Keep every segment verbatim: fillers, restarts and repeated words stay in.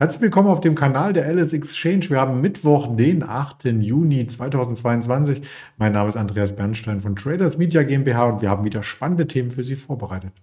Herzlich willkommen auf dem Kanal der Alice Exchange. Wir haben Mittwoch, den achten Juni zweitausendzweiundzwanzig. Mein Name ist Andreas Bernstein von Traders Media GmbH und wir haben wieder spannende Themen für Sie vorbereitet.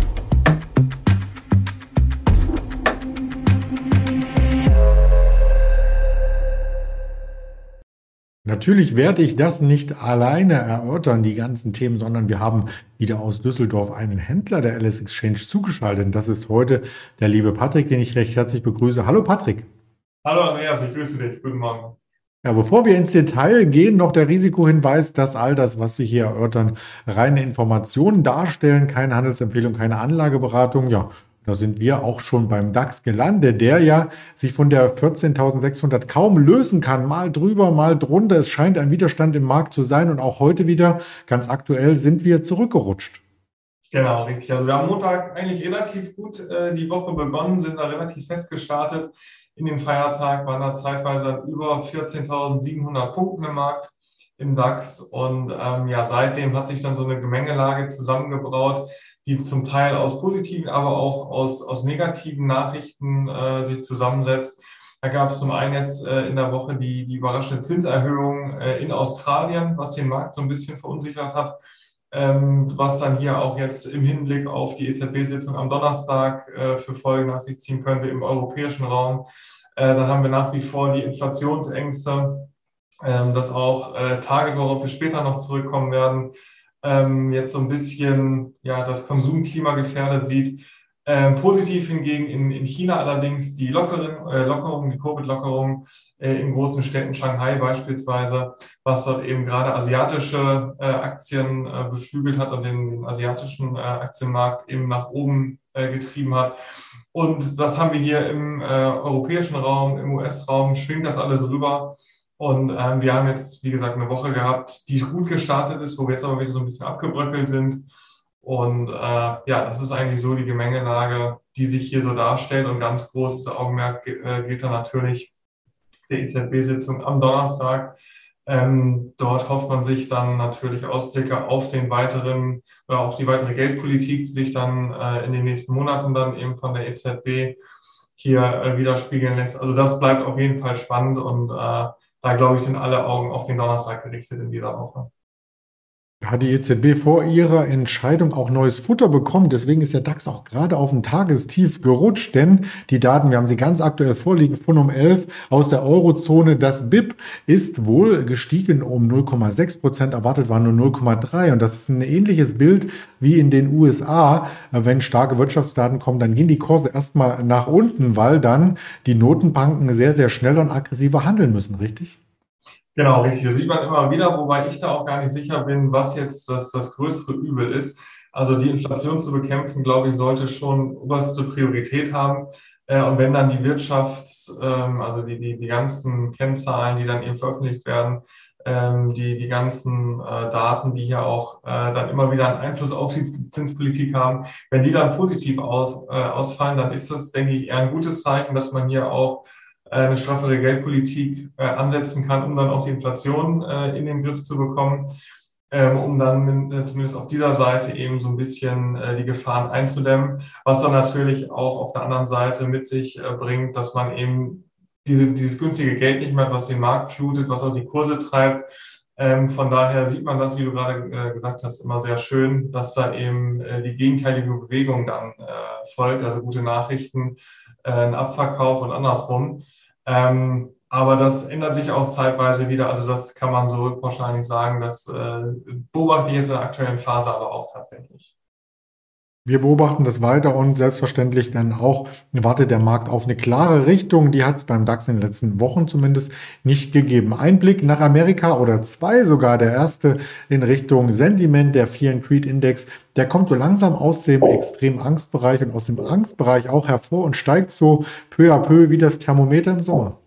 Natürlich werde ich das nicht alleine erörtern, die ganzen Themen, sondern wir haben wieder aus Düsseldorf einen Händler der Alice Exchange zugeschaltet. Das ist heute der liebe Patrick, den ich recht herzlich begrüße. Hallo Patrick. Hallo Andreas, ich grüße dich. Guten Morgen. Ja, bevor wir ins Detail gehen, noch der Risikohinweis, dass all das, was wir hier erörtern, reine Informationen darstellen, keine Handelsempfehlung, keine Anlageberatung. Ja, da sind wir auch schon beim DAX gelandet, der ja sich von der vierzehntausendsechshundert kaum lösen kann. Mal drüber, mal drunter. Es scheint ein Widerstand im Markt zu sein und auch heute wieder, ganz aktuell, sind wir zurückgerutscht. Genau, richtig. Also wir haben Montag eigentlich relativ gut äh, die Woche begonnen, sind da relativ fest gestartet. In den Feiertag waren da zeitweise über vierzehntausendsiebenhundert Punkten im Markt im DAX. Und ähm, ja, seitdem hat sich dann so eine Gemengelage zusammengebraut, die zum Teil aus positiven, aber auch aus, aus negativen Nachrichten äh, sich zusammensetzt. Da gab es zum einen jetzt äh, in der Woche die, die überraschende Zinserhöhung äh, in Australien, was den Markt so ein bisschen verunsichert hat. Ähm, was dann hier auch jetzt im Hinblick auf die E Z B-Sitzung am Donnerstag äh, für Folgen nach sich ziehen könnte im europäischen Raum. Äh, dann haben wir nach wie vor die Inflationsängste, ähm, das auch äh, Tage, worauf wir später noch zurückkommen werden, ähm, jetzt so ein bisschen ja, das Konsumklima gefährdet sieht. Ähm, positiv hingegen in, in China allerdings die Lockeren, äh, Lockerung, die Covid-Lockerung äh, in großen Städten, Shanghai beispielsweise, was dort eben gerade asiatische äh, Aktien äh, beflügelt hat und den, den asiatischen äh, Aktienmarkt eben nach oben äh, getrieben hat. Und das haben wir hier im äh, europäischen Raum, im U S-Raum, schwingt das alles rüber. Und ähm, wir haben jetzt, wie gesagt, eine Woche gehabt, die gut gestartet ist, wo wir jetzt aber wieder so ein bisschen abgebröckelt sind. Und äh, ja, das ist eigentlich so die Gemengelage, die sich hier so darstellt. Und ganz großes Augenmerk äh, gilt dann natürlich der E Z B-Sitzung am Donnerstag. Ähm, dort hofft man sich dann natürlich Ausblicke auf den weiteren oder auf die weitere Geldpolitik, die sich dann äh, in den nächsten Monaten dann eben von der E Z B hier äh, widerspiegeln lässt. Also das bleibt auf jeden Fall spannend und äh, da glaube ich, sind alle Augen auf den Donnerstag gerichtet in dieser Woche. Hat die E Z B vor ihrer Entscheidung auch neues Futter bekommen. Deswegen ist der DAX auch gerade auf ein Tagestief gerutscht, denn die Daten, wir haben sie ganz aktuell vorliegen, von um elf aus der Eurozone. Das B I P ist wohl gestiegen um null Komma sechs Prozent, erwartet waren nur null Komma drei. Und das ist ein ähnliches Bild wie in den U S A. Wenn starke Wirtschaftsdaten kommen, dann gehen die Kurse erstmal nach unten, weil dann die Notenbanken sehr, sehr schnell und aggressiver handeln müssen, richtig? Genau, richtig. Das sieht man immer wieder, wobei ich da auch gar nicht sicher bin, was jetzt das, das größere Übel ist. Also die Inflation zu bekämpfen, glaube ich, sollte schon oberste Priorität haben. Äh, Und wenn dann die Wirtschafts-, ähm, also die, die, die ganzen Kennzahlen, die dann eben veröffentlicht werden, ähm, die, die ganzen äh, Daten, die hier auch äh, dann immer wieder einen Einfluss auf die Zinspolitik haben, wenn die dann positiv aus, äh, ausfallen, dann ist das, denke ich, eher ein gutes Zeichen, dass man hier auch eine straffere Geldpolitik äh, ansetzen kann, um dann auch die Inflation äh, in den Griff zu bekommen, ähm, um dann äh, zumindest auf dieser Seite eben so ein bisschen äh, die Gefahren einzudämmen, was dann natürlich auch auf der anderen Seite mit sich äh, bringt, dass man eben diese, dieses günstige Geld nicht mehr hat, was den Markt flutet, was auch die Kurse treibt. Ähm, von daher sieht man das, wie du gerade äh, gesagt hast, immer sehr schön, dass da eben äh, die gegenteilige Bewegung dann äh, folgt, also gute Nachrichten, äh, ein Abverkauf und andersrum. Ähm, aber das ändert sich auch zeitweise wieder. Also das kann man so wahrscheinlich sagen. Das äh, beobachte ich jetzt in der aktuellen Phase aber auch tatsächlich. Wir beobachten das weiter und selbstverständlich dann auch wartet der Markt auf eine klare Richtung. Die hat es beim DAX in den letzten Wochen zumindest nicht gegeben. Ein Blick nach Amerika oder zwei sogar, der erste in Richtung Sentiment, der Fear and Greed Index, der kommt so langsam aus dem extremen Angstbereich und aus dem Angstbereich auch hervor und steigt so peu à peu wie das Thermometer im Sommer.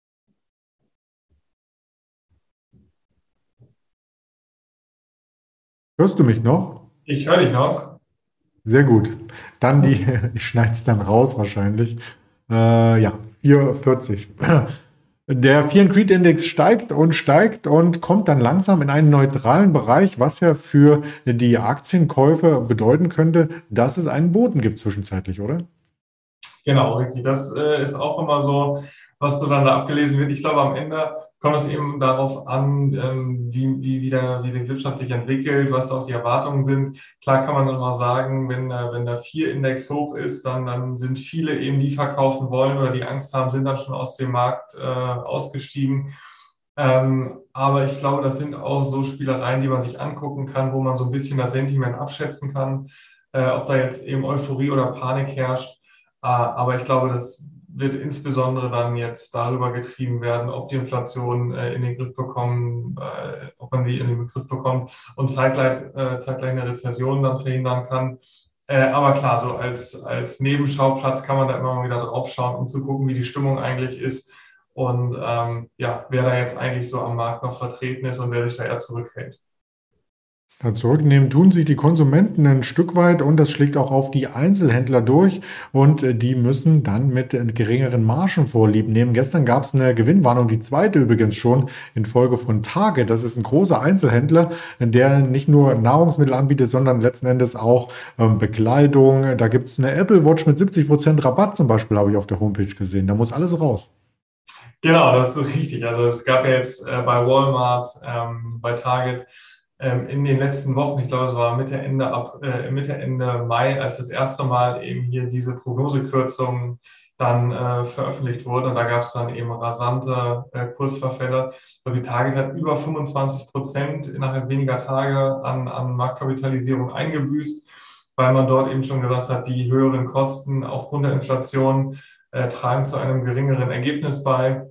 Hörst du mich noch? Ich höre dich noch. Sehr gut. Dann die, ich schneide es dann raus wahrscheinlich. Äh, ja, vierundvierzig. Der Fear and Greed Index steigt und steigt und kommt dann langsam in einen neutralen Bereich, was ja für die Aktienkäufe bedeuten könnte, dass es einen Boden gibt zwischenzeitlich, oder? Genau, richtig. Das äh, ist auch immer so, was so dann da abgelesen wird. Ich glaube, am Ende kommt es eben darauf an, ähm, wie, wie, wie, der, wie die Wirtschaft sich entwickelt, was auch die Erwartungen sind. Klar kann man dann mal sagen, wenn, äh, wenn der vier-Index hoch ist, dann, dann sind viele eben, die verkaufen wollen oder die Angst haben, sind dann schon aus dem Markt äh, ausgestiegen. Ähm, aber ich glaube, das sind auch so Spielereien, die man sich angucken kann, wo man so ein bisschen das Sentiment abschätzen kann, äh, ob da jetzt eben Euphorie oder Panik herrscht. Äh, aber ich glaube, das wird insbesondere dann jetzt darüber getrieben werden, ob die Inflation äh, in den Griff bekommen, äh, ob man die in den Griff bekommt und zeitgleich, äh, zeitgleich eine Rezession dann verhindern kann. Äh, aber klar, so als, als Nebenschauplatz kann man da immer mal wieder drauf schauen, um zu gucken, wie die Stimmung eigentlich ist und ähm, ja, wer da jetzt eigentlich so am Markt noch vertreten ist und wer sich da eher zurückhält. Ja, zurücknehmen tun sich die Konsumenten ein Stück weit und das schlägt auch auf die Einzelhändler durch und äh, die müssen dann mit äh, geringeren Margen vorlieb nehmen. Gestern gab es eine Gewinnwarnung, die zweite übrigens schon in Folge von Target. Das ist ein großer Einzelhändler, der nicht nur Nahrungsmittel anbietet, sondern letzten Endes auch ähm, Bekleidung. Da gibt es eine Apple Watch mit siebzig Prozent Rabatt zum Beispiel, habe ich auf der Homepage gesehen. Da muss alles raus. Genau, das ist richtig. Also es gab ja jetzt äh, bei Walmart, ähm, bei Target ähm, in den letzten Wochen, ich glaube, es war Mitte, Ende, ab, äh, Mitte, Ende Mai, als das erste Mal eben hier diese Prognosekürzungen dann äh, veröffentlicht wurde. Und da gab es dann eben rasante äh, Kursverfälle. So wie Target hat über fünfundzwanzig Prozent innerhalb weniger Tage an, an Marktkapitalisierung eingebüßt, weil man dort eben schon gesagt hat, die höheren Kosten aufgrund der Inflation äh, tragen zu einem geringeren Ergebnis bei.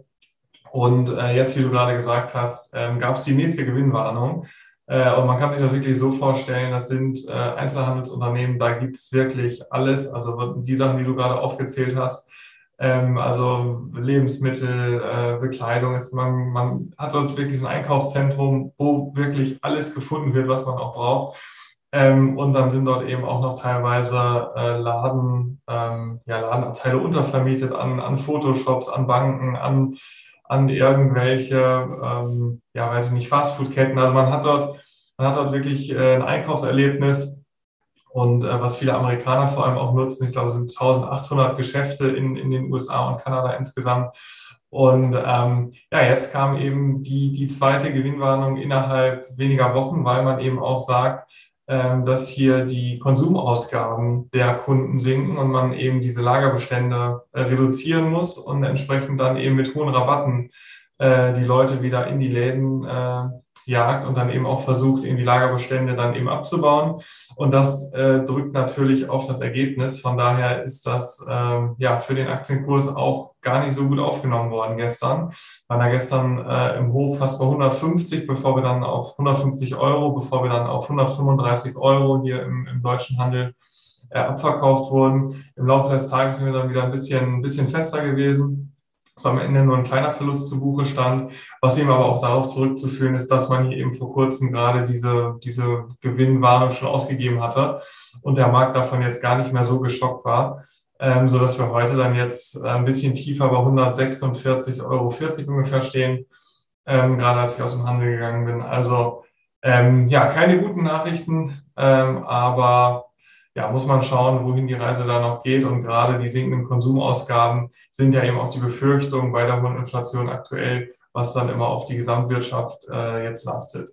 Und äh, jetzt, wie du gerade gesagt hast, ähm, gab es die nächste Gewinnwarnung. Äh, und man kann sich das wirklich so vorstellen, das sind äh, Einzelhandelsunternehmen, da gibt es wirklich alles. Also die Sachen, die du gerade aufgezählt hast, ähm, also Lebensmittel, äh, Bekleidung, ist man, man hat dort wirklich ein Einkaufszentrum, wo wirklich alles gefunden wird, was man auch braucht. Ähm, und dann sind dort eben auch noch teilweise äh, Laden, ähm, ja, Ladenabteile untervermietet an, an Photoshops, an Banken, an, an irgendwelche, ähm, ja, weiß ich nicht, Fastfood-Ketten. Also man hat dort, man hat dort wirklich äh, ein Einkaufserlebnis und äh, was viele Amerikaner vor allem auch nutzen. Ich glaube, es sind eintausendachthundert Geschäfte in, in den U S A und Kanada insgesamt. Und ähm, ja, jetzt kam eben die, die zweite Gewinnwarnung innerhalb weniger Wochen, weil man eben auch sagt, ähm, dass hier die Konsumausgaben der Kunden sinken und man eben diese Lagerbestände äh, reduzieren muss und entsprechend dann eben mit hohen Rabatten äh, die Leute wieder in die Läden äh, jagt und dann eben auch versucht, eben die Lagerbestände dann eben abzubauen. Und das äh, drückt natürlich auf das Ergebnis. Von daher ist das ähm, ja für den Aktienkurs auch gar nicht so gut aufgenommen worden gestern. Waren da gestern äh, im Hoch fast bei hundertfünfzig, bevor wir dann auf hundertfünfzig Euro, bevor wir dann auf hundertfünfunddreißig Euro hier im, im deutschen Handel äh, abverkauft wurden. Im Laufe des Tages sind wir dann wieder ein bisschen, ein bisschen fester gewesen, dass am Ende nur ein kleiner Verlust zu Buche stand, was eben aber auch darauf zurückzuführen ist, dass man hier eben vor kurzem gerade diese, diese Gewinnwarnung schon ausgegeben hatte und der Markt davon jetzt gar nicht mehr so geschockt war, ähm, sodass wir heute dann jetzt ein bisschen tiefer bei hundertsechsundvierzig Euro vierzig ungefähr stehen, ähm, gerade als ich aus dem Handel gegangen bin. Also ähm, ja, keine guten Nachrichten, ähm, aber ja, muss man schauen, wohin die Reise da noch geht. Und gerade die sinkenden Konsumausgaben sind ja eben auch die Befürchtung bei der hohen Inflation aktuell, was dann immer auf die Gesamtwirtschaft äh, jetzt lastet.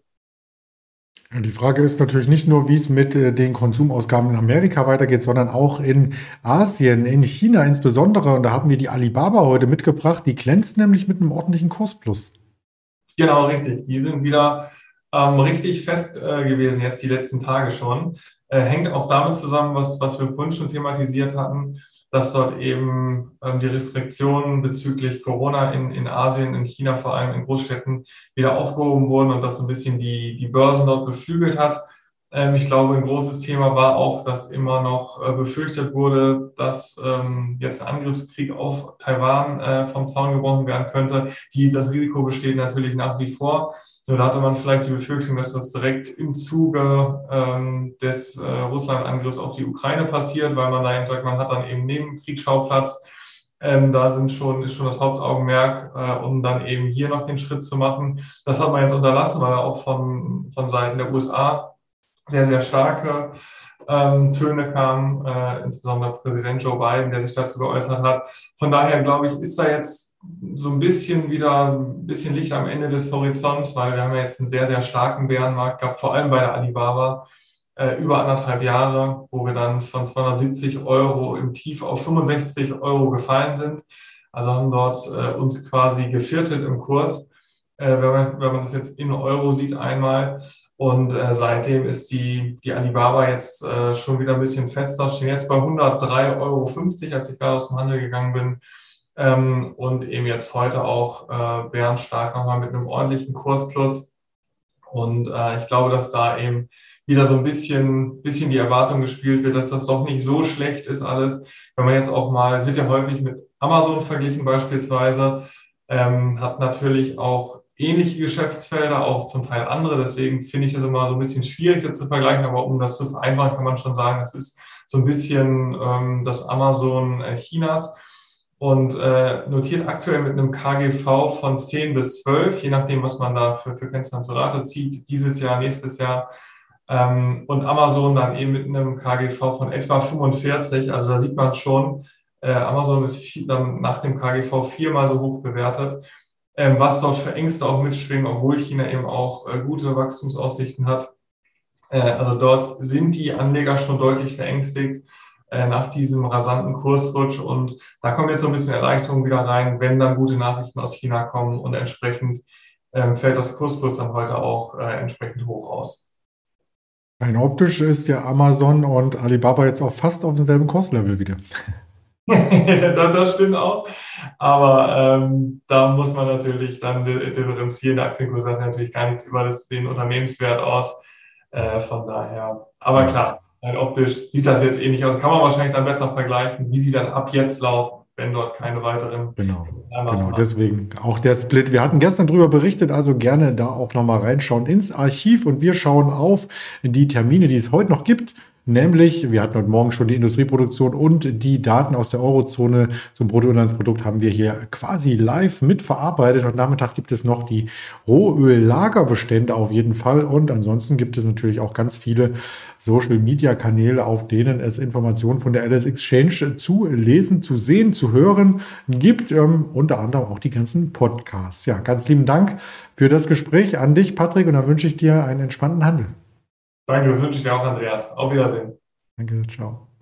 Ja, die Frage ist natürlich nicht nur, wie es mit äh, den Konsumausgaben in Amerika weitergeht, sondern auch in Asien, in China insbesondere. Und da haben wir die Alibaba heute mitgebracht. Die glänzt nämlich mit einem ordentlichen Kursplus. Genau, richtig. Die sind wieder ähm, richtig fest äh, gewesen, jetzt die letzten Tage schon. Äh, hängt auch damit zusammen, was, was wir vorhin schon thematisiert hatten, dass dort eben ähm, die Restriktionen bezüglich Corona in, in Asien, in China, vor allem in Großstädten, wieder aufgehoben wurden und das so ein bisschen die, die Börsen dort beflügelt hat. Ähm, ich glaube, ein großes Thema war auch, dass immer noch äh, befürchtet wurde, dass ähm, jetzt ein Angriffskrieg auf Taiwan äh, vom Zaun gebrochen werden könnte. Die, das Risiko besteht natürlich nach wie vor. Nur da hatte man vielleicht die Befürchtung, dass das direkt im Zuge ähm, des äh, Russland-Angriffs auf die Ukraine passiert, weil man da eben sagt, man hat dann eben neben Kriegsschauplatz. Ähm, da sind schon, ist schon das Hauptaugenmerk, äh, um dann eben hier noch den Schritt zu machen. Das hat man jetzt unterlassen, weil auch von, von Seiten der U S A sehr, sehr starke ähm, Töne kamen, äh, insbesondere Präsident Joe Biden, der sich dazu geäußert hat. Von daher glaube ich, ist da jetzt so ein bisschen wieder ein bisschen Licht am Ende des Horizonts, weil wir haben ja jetzt einen sehr, sehr starken Bärenmarkt gehabt, vor allem bei der Alibaba, äh, über anderthalb Jahre, wo wir dann von zweihundertsiebzig Euro im Tief auf fünfundsechzig Euro gefallen sind. Also haben dort äh, uns quasi geviertelt im Kurs, äh, wenn man, wenn man das jetzt in Euro sieht einmal. Und äh, seitdem ist die, die Alibaba jetzt äh, schon wieder ein bisschen fester, stehen jetzt bei hundertdrei Euro fünfzig, als ich gerade aus dem Handel gegangen bin. Ähm, und eben jetzt heute auch äh, bärenstark nochmal mit einem ordentlichen Kursplus. Und äh, ich glaube, dass da eben wieder so ein bisschen, bisschen die Erwartung gespielt wird, dass das doch nicht so schlecht ist alles. Wenn man jetzt auch mal, es wird ja häufig mit Amazon verglichen beispielsweise, ähm, hat natürlich auch ähnliche Geschäftsfelder, auch zum Teil andere. Deswegen finde ich das immer so ein bisschen schwierig das zu vergleichen, aber um das zu vereinfachen, kann man schon sagen, es ist so ein bisschen ähm, das Amazon äh, Chinas und äh, notiert aktuell mit einem K G V von zehn bis zwölf, je nachdem, was man da für, für Kennzahlen zur Rate zieht, dieses Jahr, nächstes Jahr. Ähm, und Amazon dann eben mit einem K G V von etwa fünfundvierzig. Also da sieht man schon, äh, Amazon ist viel, dann nach dem K G V viermal so hoch bewertet, ähm, was dort für Ängste auch mitschwingen, obwohl China eben auch äh, gute Wachstumsaussichten hat. Äh, also dort sind die Anleger schon deutlich verängstigt äh, nach diesem rasanten Kursrutsch. Und da kommt jetzt so ein bisschen Erleichterung wieder rein, wenn dann gute Nachrichten aus China kommen und entsprechend äh, fällt das Kursplus dann heute auch äh, entsprechend hoch aus. Rein optisch ist ja Amazon und Alibaba jetzt auch fast auf demselben Kurslevel wieder. das, das stimmt auch. Aber ähm, da muss man natürlich dann differenzieren. Der Aktienkurs sagt natürlich gar nichts über das, den Unternehmenswert aus. Äh, von daher. Aber klar, rein optisch sieht das jetzt ähnlich aus. Kann man wahrscheinlich dann besser vergleichen, wie sie dann ab jetzt laufen, wenn dort keine weiteren. Genau, genau, deswegen auch der Split. Wir hatten gestern darüber berichtet, also gerne da auch nochmal reinschauen ins Archiv und wir schauen auf die Termine, die es heute noch gibt. Nämlich, wir hatten heute Morgen schon die Industrieproduktion und die Daten aus der Eurozone zum Bruttoinlandsprodukt haben wir hier quasi live mitverarbeitet. Heute Nachmittag gibt es noch die Rohöllagerbestände auf jeden Fall. Und ansonsten gibt es natürlich auch ganz viele Social-Media-Kanäle, auf denen es Informationen von der L S Exchange zu lesen, zu sehen, zu hören gibt. Ähm, unter anderem auch die ganzen Podcasts. Ja, ganz lieben Dank für das Gespräch an dich, Patrick. Und dann wünsche ich dir einen entspannten Handel. Danke, das wünsche ich dir auch, Andreas. Auf Wiedersehen. Danke, ciao.